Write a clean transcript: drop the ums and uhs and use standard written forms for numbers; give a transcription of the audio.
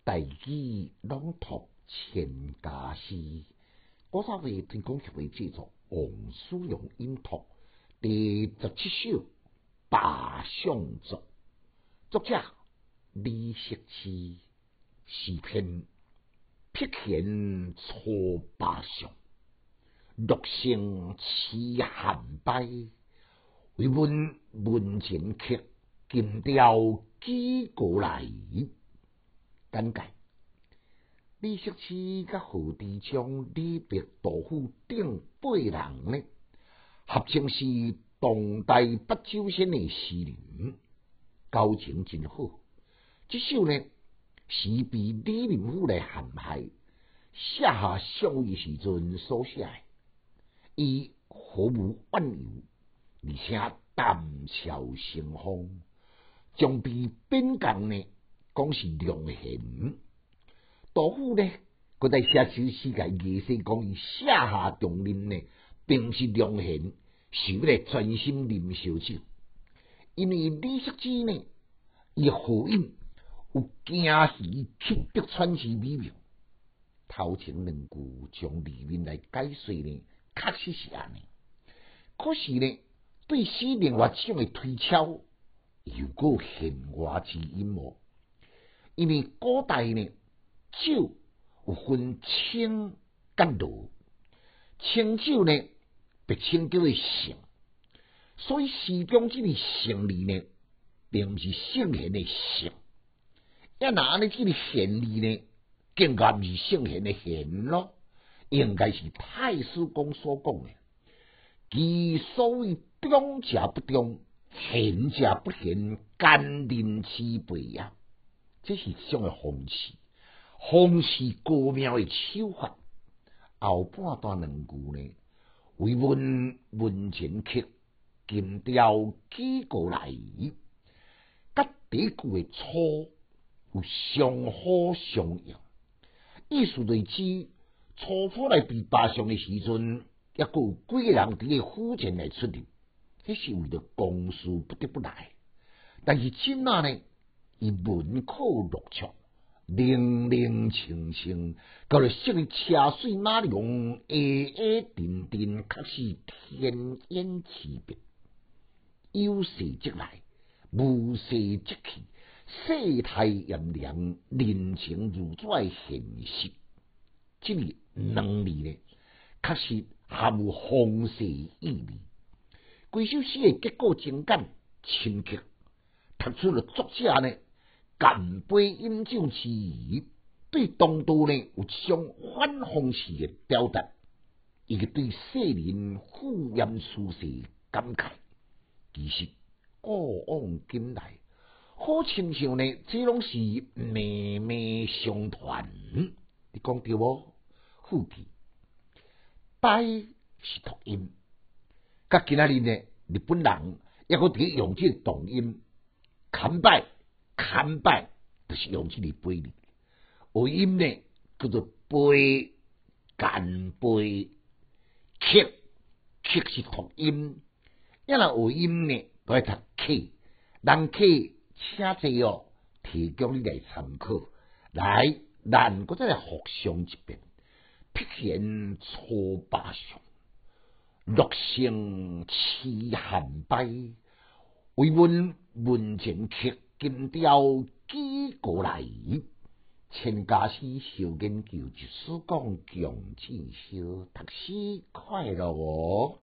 大义朗读千家诗，古早味天讲协会制作王叔阳音读第17首《大象作》，作者李石七，诗篇辟嫌错八象，六声凄寒悲，为文前客金雕几个来。简介：李石七甲何志昌、李白、杜甫等8人呢，合称是当代北周先的诗人，交情真好。这首呢，是被李林甫来陷害，写下上意时阵所写的。伊毫无怨尤，而且谈笑生风，将被贬降呢讲是良贤。杜甫呢，佮在写首诗个意思讲，伊写下重任呢，并是良贤，是为了专心啉烧酒。因为李石之呢，伊好音有惊喜曲笔传奇美妙。头前2句从里面来解说呢，确实是安尼。可是呢，对诗另外一种的推敲，又有弦外之音哦。因为古代呢，酒有分清甲浊，清酒呢被称叫做圣，所以诗中这个圣字呢，并不是圣贤的圣。要拿安尼这个贤字呢，更加不是圣贤的贤咯，应该是太史公所讲的。其所谓忠者不忠，贤者不贤，甘霖之辈呀。这是一种的方式高妙的手法。后半段2句呢，为文前客金雕几个来，甲第一句的初有相好相应，意思就是指初初来被扒上的时阵，也有几个人伫个府前来出入，这是为了公事不得不来。但是今仔呢，伊文口录错，冷冷清清，到了昔日车水马龙，沉沉，确实天烟之别。有事即来，无事即去，世态炎凉，人情如纸现实。这2字呢，确实含有丰盛意味。规首诗的结构精简深刻，突出了作者呢干杯饮酒之意，对当道呢有一种反讽式的表达，以及对世人敷衍处世感慨。其实过往今来，好亲像呢，这拢是脉脉相传。你讲对无？副题拜是读音，甲今仔日呢，日本人也搁伫用这个动音，砍拜就是用这个杯字。有音呢叫做杯，干杯，客是读音，要若有音呢，都要读客，人客请坐哦，提供你来参考。来，咱搁再来复诵一遍。辟嫌错八象，六声凄寒悲，为文前客金雕几个来。千家诗小研究，一书讲强记小，读书快乐哦。